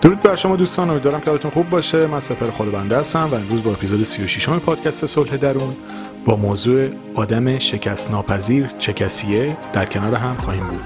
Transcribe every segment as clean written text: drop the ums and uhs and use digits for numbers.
درود بر شما دوستان، امیدوارم که حالتون خوب باشه. من سپر خدابنده هستم و امروز با اپیزود 36 پادکست صلح درون با موضوع آدم شکست ناپذیر چه کسیه در کنار هم خواهیم بود.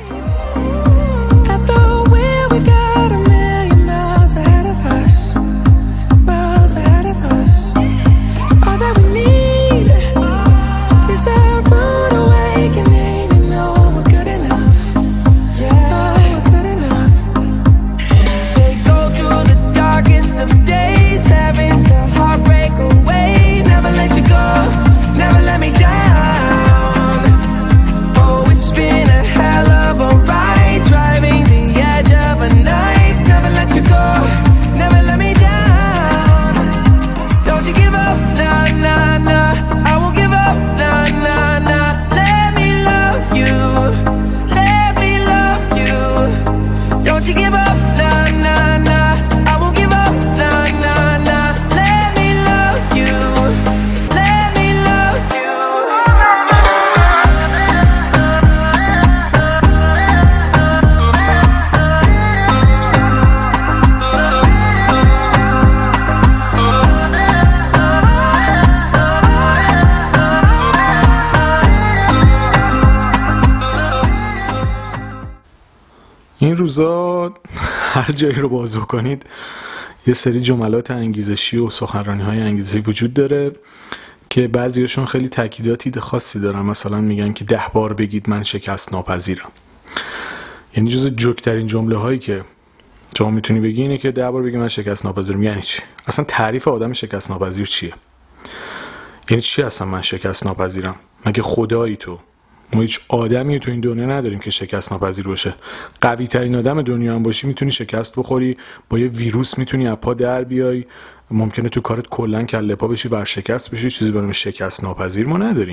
این روزا هر جایی رو باز بکنید یه سری جملات انگیزشی و سخنرانی‌های انگیزشی وجود داره که بعضیاشون خیلی تاکیدات خاصی دارن. مثلا میگن که 10 بار بگید من شکست ناپذیرم. یعنی جز جوک‌ترین جمله‌هایی که شما میتونی بگی اینه که 10 بار بگی من شکست ناپذیرم. یعنی چی؟ اصلا تعریف آدم شکست ناپذیر چیه؟ یعنی چی اصلا من شکست ناپذیرم؟ مگه خدایی تو؟ ما هیچ آدمی تو این دنیا نداریم که شکست ناپذیر باشه. قوی ترین آدم دنیا هم باشی میتونی شکست بخوری، با یه ویروس میتونی از پا در بیای، ممکنه تو کارت کلا کله پا بشی، ورشکست بشی. چیزی به نام شکست ناپذیر ما نداریم،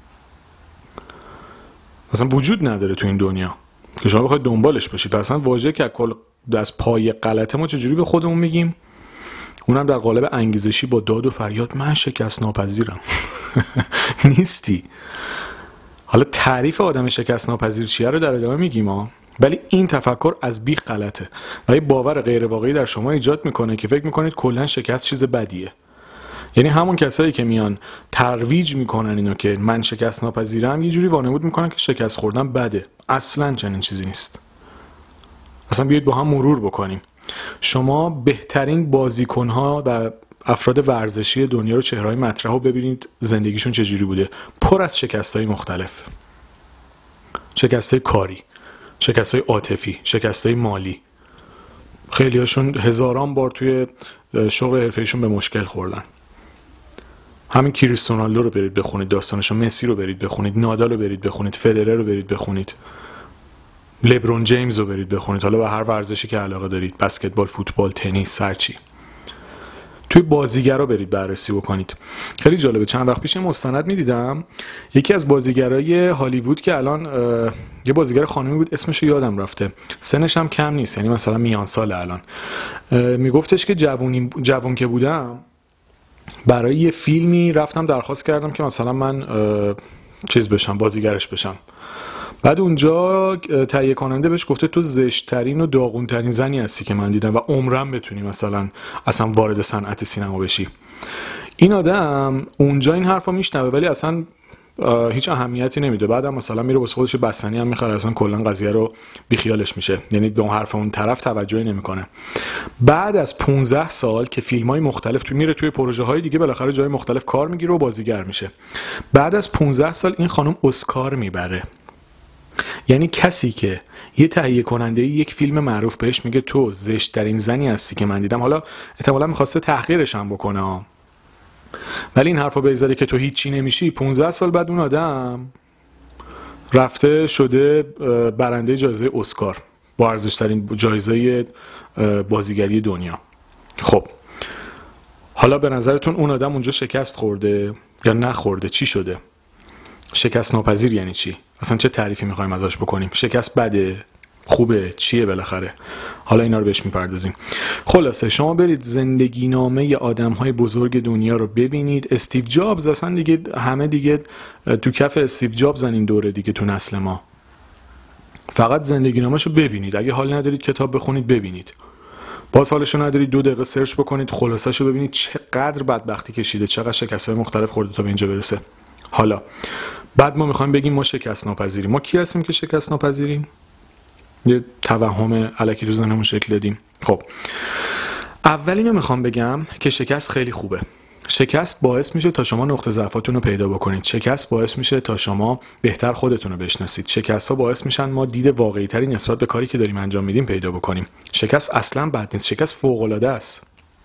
اصلا وجود نداره تو این دنیا که شما بخواید دنبالش باشی. پس اصلا واژه که از پای غلطه ما چجوری به خودمون میگیم؟ اونم در قالب انگیزشی با داد و فریاد من شکست ناپذیرم. نیستی. حالا تعریف آدم شکست ناپذیر چیه رو در ادامه میگیم ولی این تفکر از بیخ غلطه و یه باور غیر واقعی در شما ایجاد میکنه که فکر میکنید کلا شکست چیز بدیه. یعنی همون کسایی که میان ترویج میکنن اینو که من شکست ناپذیرم یه جوری وانمود میکنن که شکست خوردن بده. اصلا چنین چیزی نیست. اصلا بیایید با هم مرور بکنیم. شما بهترین بازیکن‌ها و افراد ورزشی دنیا رو چهره‌های مطرح رو ببینید زندگیشون چجوری بوده. پر از شکست‌های مختلف. شکست‌های کاری، شکست‌های عاطفی، شکست‌های مالی. خیلی هاشون هزاران بار توی شغل حرفه‌ایشون به مشکل خوردن. همین کریستیانو رونالدو رو برید بخونید داستانشو، مسی رو برید بخونید، نادال رو برید بخونید، فدرر رو برید بخونید، لبرون جیمز رو برید بخونید. حالا به هر ورزشی که علاقه دارید، بسکتبال، فوتبال، تنیس، هرچی. توی بازیگرا برید بررسی بکنید. خیلی جالبه. چند وقت پیش مستند میدیدم، یکی از بازیگرای هالیوود که الان یه بازیگر خانمی بود، اسمش یادم رفته، سنش هم کم نیست، یعنی مثلا میان سال الان، میگفتش که جوون که بودم برای یه فیلمی رفتم درخواست کردم که مثلا من چیز بشم، بازیگرش بشم. بعد اونجا تهیه کننده بهش گفته تو زشت‌ترین و داغون‌ترین زنی هستی که من دیدم و عمرم بتونی مثلا اصلا وارد صنعت سینما بشی. این آدم اونجا این حرفو میشنوه ولی اصلا هیچ اهمیتی نمیده. بعدم مثلا میره واسه خودش بستنی هم میخره، اصلا کلا قضیه رو بیخیالش میشه، یعنی به اون حرف اون طرف توجهی نمیکنه. بعد از 15 سال که فیلم‌های مختلف میره توی پروژه‌های دیگه، بالاخره جای مختلف کار میگیره و بازیگر میشه. بعد از 15 سال این خانم اسکار میبره. یعنی کسی که یه تهیه کننده یک فیلم معروف بهش میگه تو زشت‌ترین زنی هستی که من دیدم، حالا احتمالاً می‌خواسته تحقیرش هم بکنه ولی این حرفو بزنه که تو هیچی نمیشی. 15 سال بعد اون آدم رفته شده برنده جایزه اسکار، با ارزش‌ترین جایزه بازیگری دنیا. خب حالا به نظرتون اون آدم اونجا شکست خورده یا نخورده؟ چی شده؟ شکست ناپذیر یعنی چی؟ اصلا چه تعریفی میخوایم ازش بکنیم؟ شکست بده؟ خوبه؟ چیه بالاخره؟ حالا اینا رو بهش میپردازیم. خلاصه شما برید زندگی نامه آدم‌های بزرگ دنیا رو ببینید. استیو جابز، اصلا دیگه همه دیگه تو کف استیو جابز این دوره دیگه تو نسل ما. فقط زندگی نامه‌شو ببینید. اگه حال ندارید کتاب بخونید ببینید. باز حالشو ندارید 2 دقیقه سرچ بکنید خلاصه‌شو ببینید چقدر بدبختی کشیده، چقدر شکست‌های مختلف خورده تا به اینجا برسه. حالا بعد ما میخوایم بگیم ما شکست ناپذیریم. ما کی هستیم که شکست ناپذیریم؟ یه توهم الکی تو ذهنمون شکل دادیم. خب اول اینو میخوام بگم که شکست خیلی خوبه. شکست باعث میشه تا شما نقطه ضعفاتون رو پیدا بکنید. شکست باعث میشه تا شما بهتر خودتون رو بشناسید. شکست ها باعث میشن ما دید واقعی تری نسبت به کاری که داریم انجام میدیم پیدا بکنیم. شکست اصلا بد نیست. شکست فوق العاده است.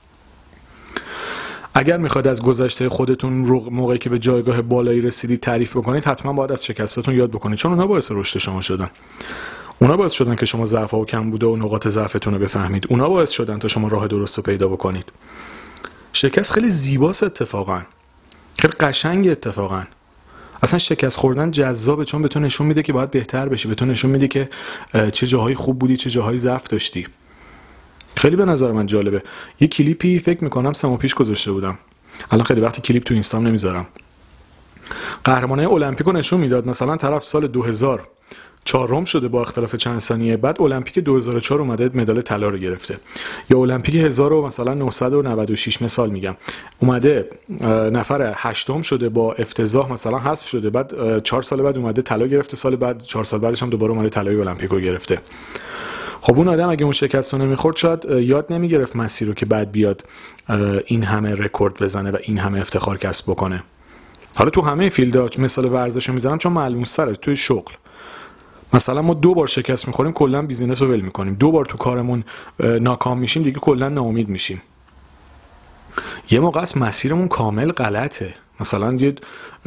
اگر میخواد از گذشته خودتون موقعی که به جایگاه بالایی رسیدید تعریف بکنید، حتما باید از شکستاتون یاد بکنید، چون اونها باعث رشد شما شدن. اونا باعث شدن که شما ضعف‌ها و کمبودها و نقاط ضعفتون رو بفهمید. اونا باعث شدن تا شما راه درست رو پیدا بکنید. شکست خیلی زیباست، اتفاقا خیلی قشنگ، اتفاقا اصلا شکست خوردن جذابه، چون بهتون نشون میده که باید بهتر بشی، بهتون نشون میده که چه جاهای خوب بودی، چه جاهای ضعف داشتی. خیلی به نظر من جالبه. یه کلیپی فکر میکنم 3 ماه پیش گذاشته بودم، الان خیلی وقتی کلیپ تو اینستام نمیذارم. قهرمانای المپیکو نشون میداد، مثلا طرف سال 2000 4م شده با اختلاف چند ثانیه، بعد المپیک 2004 اومده مدال طلا رو گرفته، یا المپیک 1996 مثال میگم اومده نفر 8م شده با افتضاح مثلا حذف شده، بعد 4 سال بعد اومده طلا گرفته، سال بعد 4 سال بعدش هم دوباره اومده طلای المپیک رو گرفته. خب اون آدم اگه اون شکست رو نمیخورد شاید یاد نمیگرفت مسیر رو که بعد بیاد این همه رکورد بزنه و این همه افتخار کسب بکنه. حالا تو همه فیلدها مثال ورزش رو میزنم چون ملموس‌تره. توی شغل مثلا ما 2 بار شکست میخوریم کلا بیزینس رو ول میکنیم، 2 بار تو کارمون ناکام میشیم دیگه کلا ناامید میشیم. یه موقع است مسیرمون کامل غلطه، مثلا یه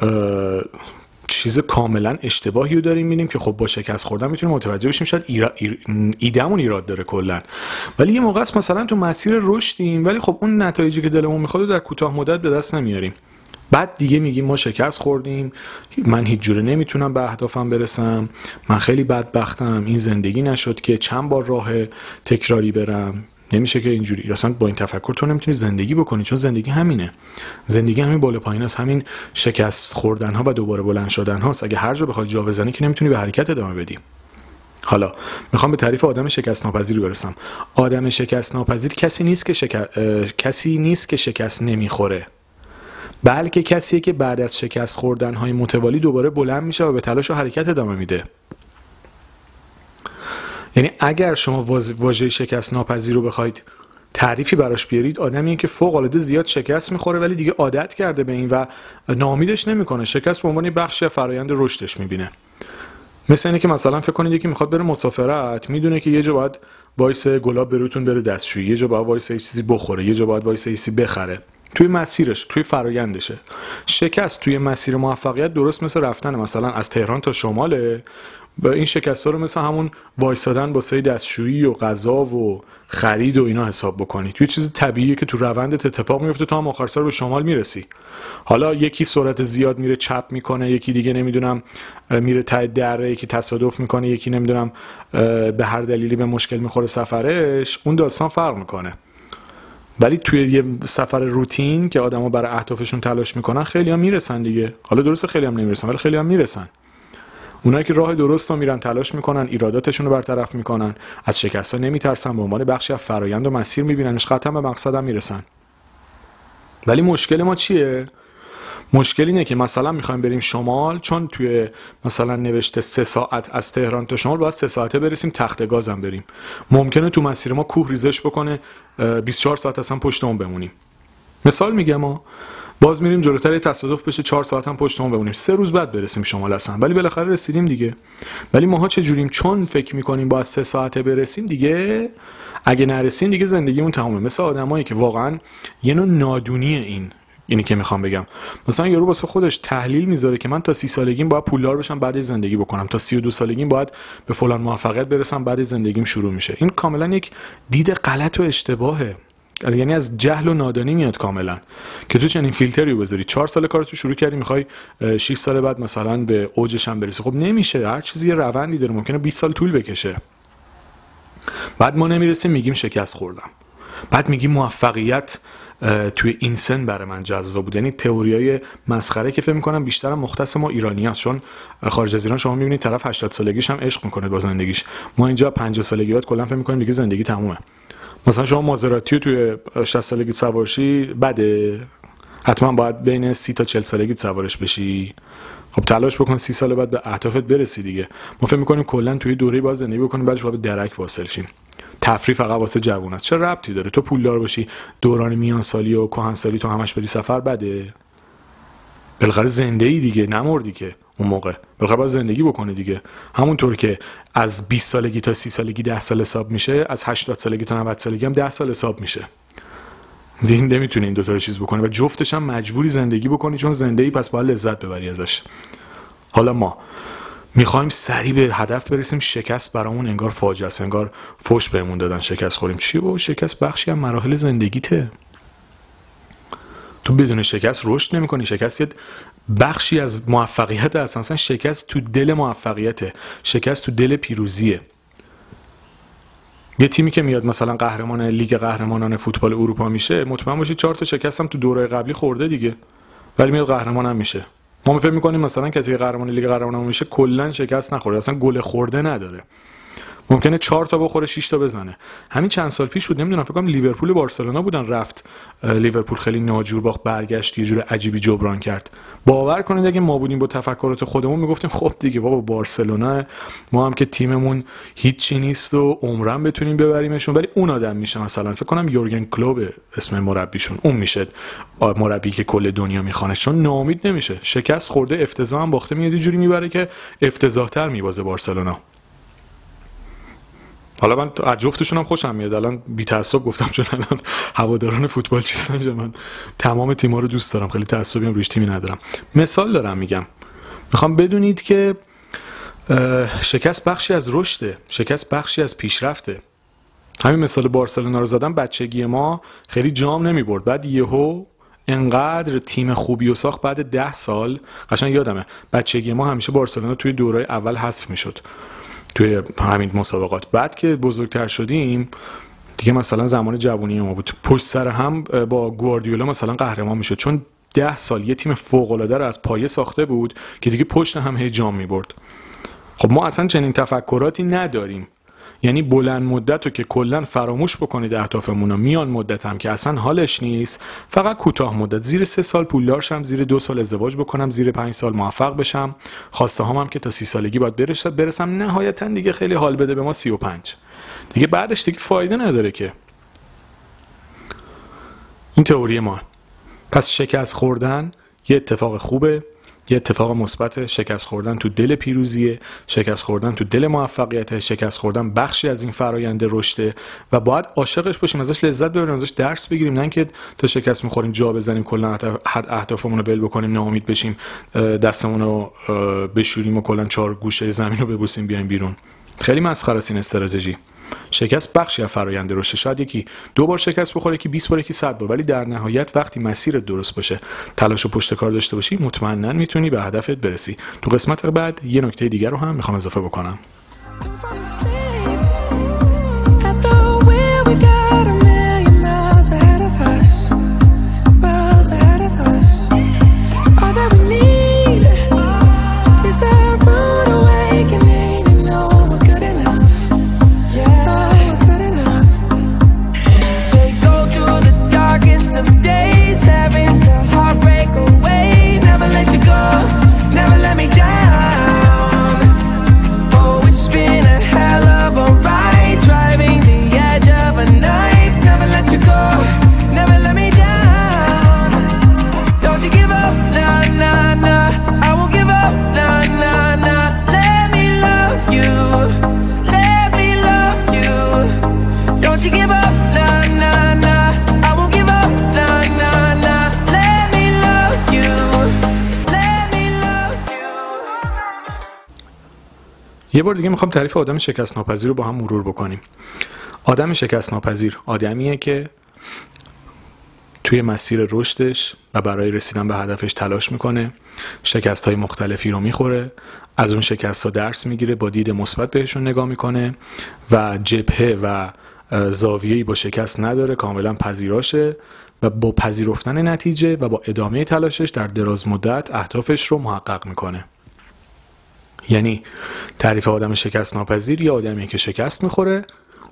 چیز کاملا اشتباهی رو داریم می‌بینیم که خب با شکست خوردن میتونیم متوجه بشیم شاید ایدهمون ایراد داره کلا. ولی یه موقع است مثلا تو مسیر رشدیم ولی خب اون نتایجی که دلمون میخواد در کوتاه مدت به دست نمیاریم، بعد دیگه میگیم ما شکست خوردیم، من هیچ جوره نمیتونم به اهدافم برسم، من خیلی بدبختم، این زندگی نشد که چند بار راه تکراری برم، نمیشه که اینجوری. اصلا با این تفکر تو نمیتونی زندگی بکنی، چون زندگی همینه. زندگی همین بالا پایین است، همین شکست خوردن ها و دوباره بلند شدن هاست. اگه هر جا بخوای جا بزنی که نمیتونی به حرکت ادامه بدی. حالا میخوام به تعریف آدم شکست ناپذیری برسم. آدم شکست ناپذیر کسی نیست که شکست نمیخوره، بلکه کسیه که بعد از شکست خوردن های متوالی دوباره بلند میشه و به تلاش و حرکت ادامه میده. یعنی اگر شما واژه شکست ناپذیر رو بخواید تعریفی براش بیارید، آدمیه که فوق العاده زیاد شکست میخوره ولی دیگه عادت کرده به این و ناامیدش نمیکنه، شکست به عنوان بخشی از فرآیند رشدش میبینه. مثل اینه که مثلا فکر کنید یکی میخواد بره مسافرت، میدونه که یه جا باید وایس گلاب به روتون بره دستشویی، یه جا باید وایس چیزی بخوره، یه جا باید وایس چیزی بخره، توی مسیرش، توی فرآیندشه. شکست توی مسیر موفقیت درست مثل رفتن مثلا از تهران تا شماله. و این شکست‌ها رو مثل همون وایسادن واسه دستشویی و غذا و خرید و اینا حساب بکنید. یه چیز طبیعیه که تو روندت اتفاق میفته تا هم آخر سر به شمال میرسی. حالا یکی سرعت زیاد میره چپ میکنه، یکی دیگه نمیدونم میره ته دره، یکی تصادف میکنه، یکی نمیدونم به هر دلیلی به مشکل میخوره سفرش، اون داستان فرق میکنه. ولی توی یه سفر روتین که آدما برای اهدافشون تلاش میکنن خیلی هم میرسن دیگه. حالا درسته خیلی هم نمیرسن ولی خیلی هم میرسن. اونایی که راه درست رو میرن، تلاش میکنن، ایراداتشون رو برطرف میکنن، از شکست‌ها نمیترسن، به عنوان بخشی از فرآیند و مسیر میبیننش، قطعا به مقصدم میرسن. ولی مشکل ما چیه؟ مشکل اینه که مثلا میخوایم بریم شمال، چون توی مثلا نوشته 3 ساعت از تهران تا شمال، باید 3 ساعته برسیم، تخت گازم بریم. ممکنه تو مسیر ما کوه ریزش بکنه 24 ساعت اصلا پشت اون بمونیم. مثال میگم ما باز میریم جلوتر، تصادف بشه 4 ساعت هم پشت اون بمونیم، 3 روز بعد برسیم شمال اصلا، ولی بالاخره رسیدیم دیگه. ولی ماها چه جوریم؟ چون فکر میکنیم باید 3 ساعته برسیم دیگه، اگه نرسیم دیگه زندگیمون تمومه. مثل آدمایی که واقعا یه نوع نادونیه اینی که میخوام بگم. مثلا یارو واسه خودش تحلیل میذاره که من تا 30 سالگیم باید پولدار بشم، بعد زندگی بکنم، تا 32 سالگیم باید به فلان موفقیت برسم، بعد زندگیم شروع میشه. این کاملا یک دید غلط و اشتباهه. یعنی از جهل و نادانی میاد کاملا که تو چنین فیلتری رو بذاری. 4 سال کارتو شروع کردی، میخوای 6 سال بعد مثلا به اوجش هم برسی. خب نمیشه، هر چیزی یه روندی داره، ممکنه 20 سال طول بکشه. بعد ما نمیرسیم، میگیم شکست خوردم. بعد میگیم موفقیت توی این سن برای من جذاب بود. یعنی تئوریای مسخره که فکر می‌کنم بیشتر مختص ما ایرانیاست، چون خارج از ایران شما می‌بینید طرف 80 سالگیش هم عشق می‌کنه با زندگیش. ما اینجا 50 سالگی بعد کلا فکر می‌کنیم دیگه زندگی تمومه. مثلا شما مازراتی رو توی 60 سالگی سوارشی بده، حتما باید بین 30 تا 40 سالگی سوارش بشی. خب تلاش بکن 30 سال بعد به اهدافت برسی دیگه. ما فکر می‌کنیم کلا توی دوره باز زندگی بکنیم بعدش باید به درک واصل شیم. تفریح فقط واسه جووناست. چه ربطی داره؟ تو پولدار باشی دوران میان سالی و کهن سالی تو همش بری سفر بده؟ بالاخره زنده‌ای دیگه، نمردی که اون موقع. بالاخره باید زندگی بکنه دیگه. همونطور که از 20 سالگی تا 30 سالگی 10 سال حساب میشه، از 80 سالگی تا 90 سالگی هم 10 سال حساب میشه. دیگه نمیتونی این دو تا رو چیز بکنی و جفتش هم مجبوری زندگی بکنی، چون زندگی پس باید لذت ببری ازش. حالا ما میخوایم سریع به هدف برسیم، شکست برامون انگار فاجعه است، انگار فوش بهمون دادن شکست خوریم. چی بابا؟ شکست بخشی از مراحل زندگیته. تو بدون شکست رشد نمی‌کنی. شکست یه بخشی از موفقیت هست. اصلا شکست تو دل موفقیته، شکست تو دل پیروزیه. یه تیمی که میاد مثلا قهرمان لیگ قهرمانان فوتبال اروپا میشه، مطمئن باشید 4 تا شکست هم تو دوره قبلی خورده دیگه، ولی میاد قهرمان هم میشه. ما فکر می‌کنیم مثلا کسی که قهرمان لیگ قهرمانان میشه کلا شکست نخورده، اصلا گل خورده نداره. ممکنه 4 تا بخوره 6 تا بزنه. همین چند سال پیش بود، نمیدونم، فکر کنم لیورپول و بارسلونا بودن، رفت لیورپول خیلی ناجور باخت، برگشت یه جور عجیبی جبران کرد. باور کنید اگه ما بودیم با تفکرات خودمون میگفتیم خب دیگه بابا بارسلونا، ما هم که تیممون هیچی نیست و عمرن بتونیم ببریمشون، ولی اون آدم میشه مثلا فکر کنم یورگن کلوب اسم مربیشون، اون میشه مربی که کل دنیا میخوانه، چون ناامید نمیشه. شکست خورده، افتضاح هم باخته، میاد یه جوری میبره که افتضاح‌تر میبازه بارسلونا. حالا من از جفتشون هم خوشم میاد، الان بی تعصب گفتم چون الان هواداران فوتبال چیزن، من تمام تیم‌ها رو دوست دارم، خیلی تعصبی هم روش تیمی ندارم. مثال دارم میگم، میخوام بدونید که شکست بخشی از رشده، شکست بخشی از پیشرفته. همین مثال بارسلونا رو زدم، بچگی ما خیلی جام نمیبرد، بعد یهو انقدر تیم خوبی و ساخت بعد 10 سال. قشنگ یادمه بچگی ما همیشه بارسلونا توی دوره اول حذف میشد توی همین مسابقات. بعد که بزرگتر شدیم دیگه، مثلا زمان جوانی ما بود، پشت سر هم با گواردیولا مثلا قهرمان میشد، چون 10 سال یه تیم فوق العاده رو از پایه ساخته بود که دیگه پشت هم هی جام میبرد. خب ما اصلا چنین تفکراتی نداریم. یعنی بلند مدت رو که کلا فراموش بکنید اهدافمون رو، میان مدت هم که اصلا حالش نیست، فقط کوتاه مدت، زیر 3 سال پولدار شم، زیر 2 سال ازدواج بکنم، زیر 5 سال موفق بشم، خواسته هم که تا 30 سالگی باید برسم، نهایتا دیگه خیلی حال بده به ما 35 دیگه، بعدش دیگه فایده نداره که. این تئوری ما. پس شکست خوردن یه اتفاق خوبه، یه اتفاق مثبت. شکست خوردن تو دل پیروزیه، شکست خوردن تو دل موفقیته، شکست خوردن بخشی از این فرآیند رشده و باید عاشقش باشیم، ازش لذت ببریم، ازش درس بگیریم، نه اینکه تا شکست می‌خوریم جا بزنیم، کلا اهدافمون رو ول بکنیم، ناامید بشیم، دستمون رو بشوریم و کلا 4 گوشه زمین رو ببوسیم بیایم بیرون. خیلی مسخره است این استراتژی. شکست بخشی از فرآیند رشد. شاید یکی 2 بار شکست بخوره، یکی 20 بار، یکی 100 بار، ولی در نهایت وقتی مسیر درست باشه، تلاش و پشت کار داشته باشی، مطمئناً میتونی به هدفت برسی. تو قسمت بعد یه نکته دیگر رو هم میخوام اضافه بکنم. یه بار دیگه میخوام تعریف آدم شکست ناپذیر رو با هم مرور بکنیم. آدم شکست ناپذیر آدمیه که توی مسیر رشدش و برای رسیدن به هدفش تلاش میکنه، شکست‌های مختلفی رو میخوره، از اون شکست‌ها درس میگیره، با دید مثبت بهشون نگاه میکنه و جبهه و زاویه‌ای با شکست نداره، کاملا پذیراشه و با پذیرفتن نتیجه و با ادامه تلاشش در دراز مدت اهدافش رو محقق میکنه. یعنی تعریف آدم شکست ناپذیر یه آدمیه که شکست میخوره،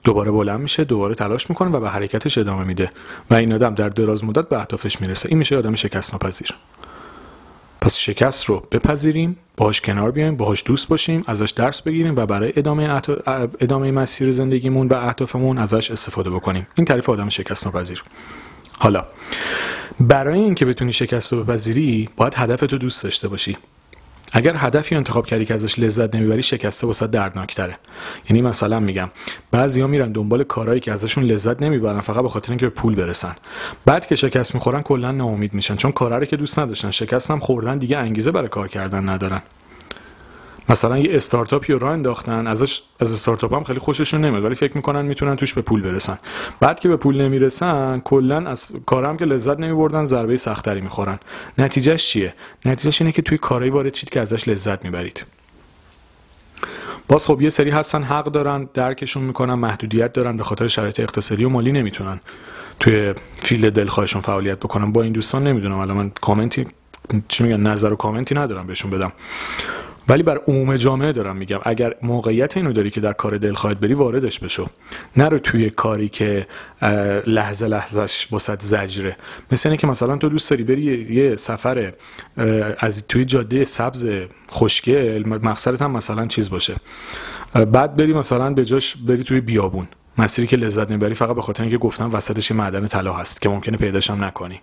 دوباره بلند میشه، دوباره تلاش میکنه و به حرکتش ادامه میده و این آدم در دراز مدت به اهدافش میرسه. این میشه آدم شکست ناپذیر. پس شکست رو بپذیریم، باهاش کنار بیایم، باهاش دوست باشیم، ازش درس بگیریم و برای ادامه مسیر زندگیمون و اهدافمون ازش استفاده بکنیم. این تعریف آدم شکست ناپذیر. حالا برای اینکه بتونی شکست رو بپذیری، باید هدفتو دوست داشته باشی. اگر هدفی انتخاب کردی که ازش لذت نمیبری، شکسته واسه دردناکتره. یعنی مثلا میگم بعضیا میرن دنبال کارهایی که ازشون لذت نمیبرن فقط به خاطر اینکه به پول برسن. بعد که شکست میخورن کلا ناامید میشن، چون کارا رو که دوست نداشتن، شکست هم خوردن، دیگه انگیزه برای کار کردن ندارن. مثلا یه استارتاپی رو راه انداختن، از استارتاپ هم خیلی خوششون نمیاد، ولی فکر میکنن میتونن توش به پول برسن. بعد که به پول نمیرسن، کلا از کارام که لذت نمیبردن ضربه سختری میخورن. نتیجهش چیه؟ نتیجهش اینه که توی کارایی وارد شید که ازش لذت میبرید. باز خب یه سری هستن حق دارن، درکشون میکنن، محدودیت دارن، به خاطر شرایط اقتصادی و مالی نمیتونن توی فیلد دلخواهشون فعالیت بکنن. با این دوستان نمیدونم، الان من کامنتی نظر و کامنتی ندارم بهشون بدم، ولی بر عموم جامعه دارم میگم اگر موقعیت اینو داری که در کار دلخواهت بری، واردش بشو. نرو توی کاری که لحظه لحظهش واسط زجره. مثل اینه که مثلا تو دوست داری بری یه سفر از توی جاده سبز خوشگل، مقصدت هم مثلا چیز باشه، بعد بری مثلا به جاش بری توی بیابون، مسیری که لذت نمیبری فقط به خاطر اینکه گفتم وسطش یه معدن طلا هست که ممکنه پیداش هم نکنی.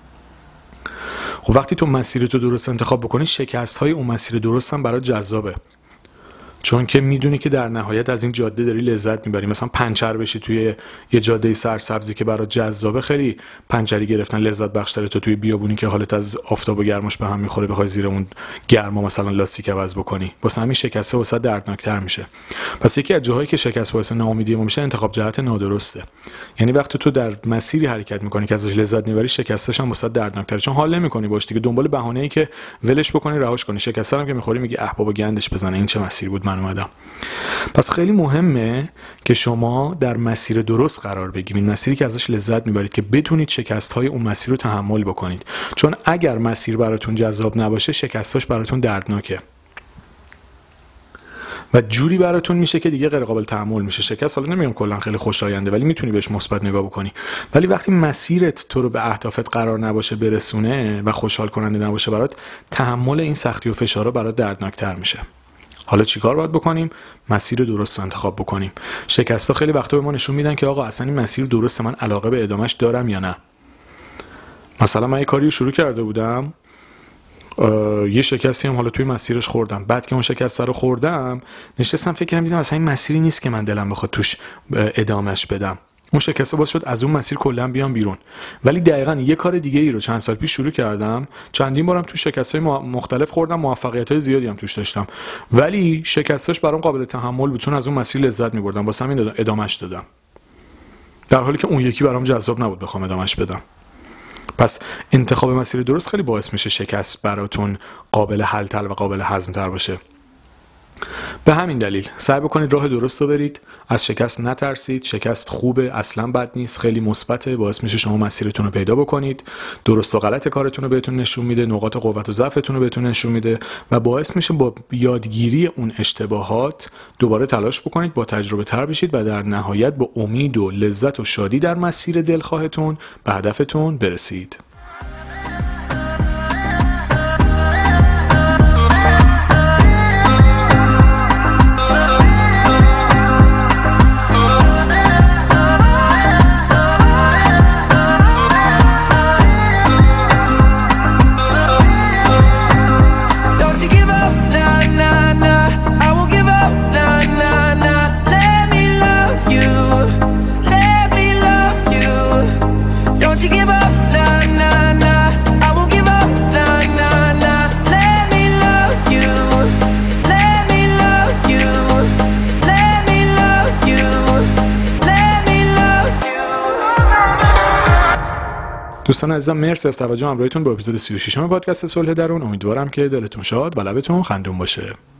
خب وقتی تو مسیرتو درست انتخاب بکنی، شکست‌های اون مسیر درست هم برات جذابه، چون که میدونی که در نهایت از این جاده داری لذت میبری. مثلا پنچر بشی توی یه جاده سرسبزی که برات جذابه، خیلی پنچری گرفتن لذت بخش‌تره تو توی بیابونی که حالت از آفتاب و گرماش به هم میخوره، بخوای زیر اون گرما مثلا لاستیک عوض بکنی. واسه همین شکسته واسه دردناکتر میشه. پس یکی از جاهایی که شکست باعث ناامیدی ما میشه، انتخاب جهت نادرسته. یعنی وقتی تو در مسیری حرکت میکنی که ازش لذت نمیبری، شکستش هم واسه دردناکتره، چون حال نمیکنی باش دیگه، دنبال بهانه‌ای که ولش بکنی رهاش کنی. شکسته هم که میخوری میگی بابا گندش بزنه، این چه مسیری بود من اومدم. پس خیلی مهمه که شما در مسیر درست قرار بگیرید، مسیری که ازش لذت میبرید، که بتونید شکست‌های اون مسیر رو تحمل بکنید. چون اگر مسیر براتون جذاب نباشه، شکستاش براتون دردناکه و جوری براتون میشه که دیگه غیر قابل تحمل میشه. شکست حالا نمیگم کلا خیلی خوشاینده، ولی میتونی بهش مثبت نگاه بکنی. ولی وقتی مسیرت تو رو به اهدافت قرار نباشه برسونه و خوشحال کننده نباشه برات، تحمل این سختی و فشارا برات دردناکتر میشه. حالا چیکار باید بکنیم؟ مسیر درست انتخاب بکنیم. شکست‌ها خیلی وقتا به ما نشون میدن که آقا اصلا این مسیر درسته، من علاقه به ادامهش دارم یا نه. مثلا من یه کاری رو شروع کرده بودم، یه شکستی هم حالا توی مسیرش خوردم. بعد که اون شکست رو خوردم، نشستم فکر کردم، دیدم اصلا این مسیری نیست که من دلم بخواد توش ادامهش بدم. اون شکسته باعث شد از اون مسیر کلا بیام بیرون. ولی دقیقاً یه کار دیگه ای رو چند سال پیش شروع کردم، چندین بارم تو شکست‌های مختلف خوردم، موفقیت‌های زیادی هم توش داشتم، ولی شکستاش برام قابل تحمل بود، چون از اون مسیر لذت می‌بردم، واسه همین ادامهش دادم، در حالی که اون یکی برام جذاب نبود بخوام ادامهش بدم. پس انتخاب مسیر درست خیلی باعث میشه شکست براتون قابل حل‌تر و قابل هضم‌تر باشه. به همین دلیل سعی بکنید راه درست رو برید، از شکست نترسید. شکست خوبه، اصلا بد نیست، خیلی مثبته، باعث میشه شما مسیرتون رو پیدا بکنید، درست و غلط کارتون رو بهتون نشون میده، نقاط قوت و ضعفتون رو بهتون نشون میده و باعث میشه با یادگیری اون اشتباهات دوباره تلاش بکنید، با تجربه تر بشید و در نهایت با امید و لذت و شادی در مسیر دلخواهتون به هدفتون برسید. دوستان عزیزم، مرسی از توجه همراهیتون به اپیزود 36 پادکست صلح درون. امیدوارم که دلتون شاد و لبتون خندون باشه.